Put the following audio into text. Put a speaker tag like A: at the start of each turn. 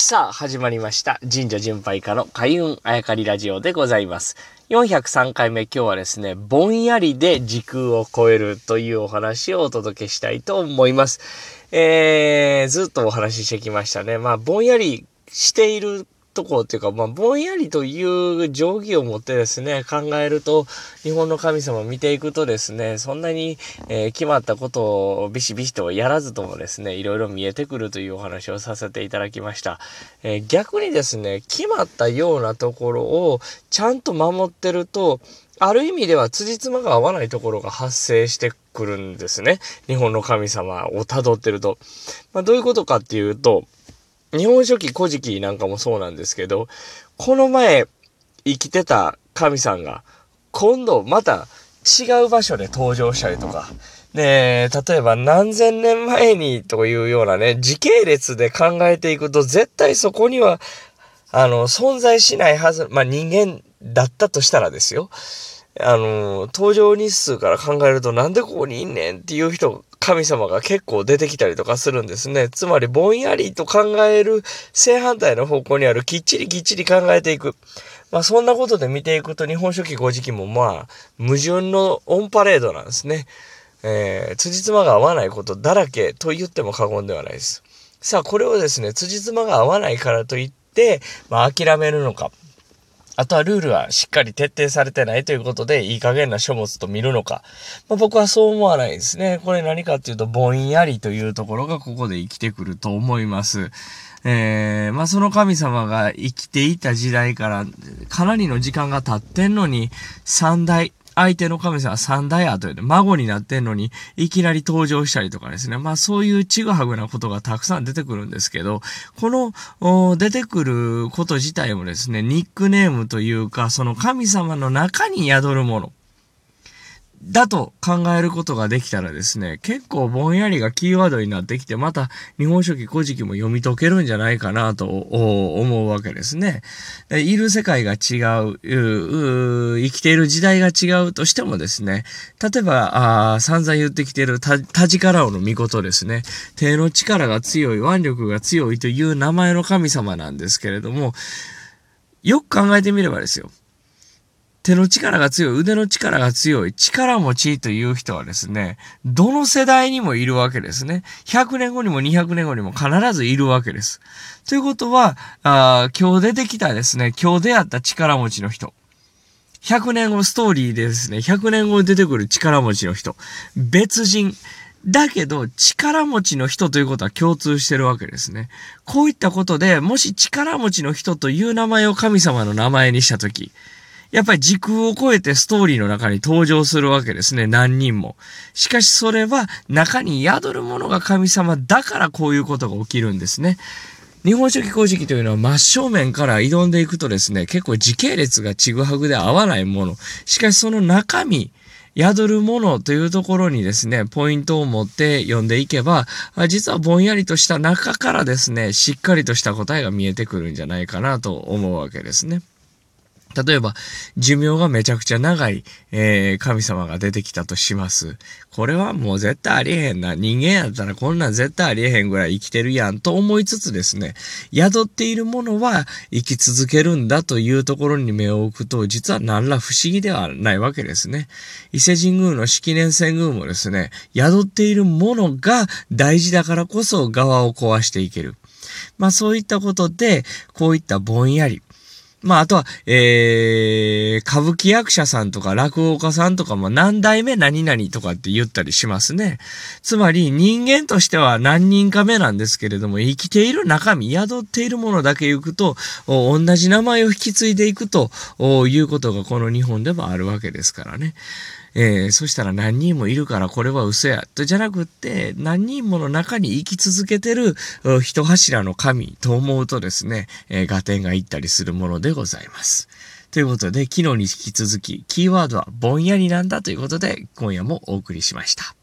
A: さあ始まりました神社巡拝家の開運あやかりラジオでございます。403回目、今日はですね、ぼんやりで時空を超えるというお話をお届けしたいと思います。ずっとお話ししてきましたね。ぼんやりしているところっていうか、ぼんやりという定規を持ってですね、考えると、日本の神様を見ていくとですね、そんなに、決まったことをビシビシとやらずともですね、いろいろ見えてくるというお話をさせていただきました。逆にですね、決まったようなところをちゃんと守ってると、ある意味では辻褄が合わないところが発生してくるんですね。日本の神様を辿ってると。どういうことかっていうと、日本書紀古事記なんかもそうなんですけど、この前生きてた神さんが今度また違う場所で登場したりとか、で、例えば何千年前にというようなね、時系列で考えていくと絶対そこには存在しないはず、人間だったとしたらですよ。登場日数から考えるとなんでここにいんねんっていう神様が結構出てきたりとかするんですね。つまりぼんやりと考える正反対の方向にあるきっちり考えていく。そんなことで見ていくと日本書紀古事記も矛盾のオンパレードなんですね。辻褄が合わないことだらけと言っても過言ではないです。さあこれをですね、辻褄が合わないからといって、諦めるのか。あとはルールはしっかり徹底されてないということでいい加減な書物と見るのか。僕はそう思わないですね。これ何かっていうとぼんやりというところがここで生きてくると思います。その神様が生きていた時代からかなりの時間が経ってんのに相手の神様は三代後で孫になってんのにいきなり登場したりとかですね。そういうちぐはぐなことがたくさん出てくるんですけど、この出てくること自体もですね、ニックネームというか、その神様の中に宿るものだと考えることができたらですね、結構ぼんやりがキーワードになってきて、また日本書紀古事記も読み解けるんじゃないかなと思うわけですね。いる世界が違う、生きている時代が違うとしてもですね、例えば散々言ってきている田力王の御事ですね、手の力が強い、腕力が強いという名前の神様なんですけれども、よく考えてみればですよ、手の力が強い、腕の力が強い、力持ちという人はですね、どの世代にもいるわけですね。100年後にも200年後にも必ずいるわけです。ということは、今日出てきたですね、今日出会った力持ちの人。100年後ストーリーでですね、100年後に出てくる力持ちの人。別人。だけど、力持ちの人ということは共通してるわけですね。こういったことで、もし力持ちの人という名前を神様の名前にしたとき、やっぱり時空を超えてストーリーの中に登場するわけですね。何人も。しかしそれは中に宿るものが神様だからこういうことが起きるんですね。日本書紀古事記というのは真正面から挑んでいくとですね、結構時系列がちぐはぐで合わないもの。しかしその中身、宿るものというところにですね、ポイントを持って読んでいけば、実はぼんやりとした中からですね、しっかりとした答えが見えてくるんじゃないかなと思うわけですね。例えば、寿命がめちゃくちゃ長い、神様が出てきたとします。これはもう絶対ありえへんな。人間やったらこんなん絶対ありえへんぐらい生きてるやんと思いつつですね、宿っているものは生き続けるんだというところに目を置くと、実は何ら不思議ではないわけですね。伊勢神宮の式年遷宮もですね、宿っているものが大事だからこそ側を壊していける。そういったことで、こういったぼんやり、あとは、歌舞伎役者さんとか落語家さんとかも何代目何々とかって言ったりしますね。つまり人間としては何人か目なんですけれども、生きている中身、宿っているものだけ行くと、同じ名前を引き継いでいくということがこの日本でもあるわけですからね。そしたら何人もいるからこれは嘘やとじゃなくって何人もの中に生き続けてる一柱の神と思うとですね、合点がいったりするものでございます。ということで昨日に引き続きキーワードはぼんやりなんだということで今夜もお送りしました。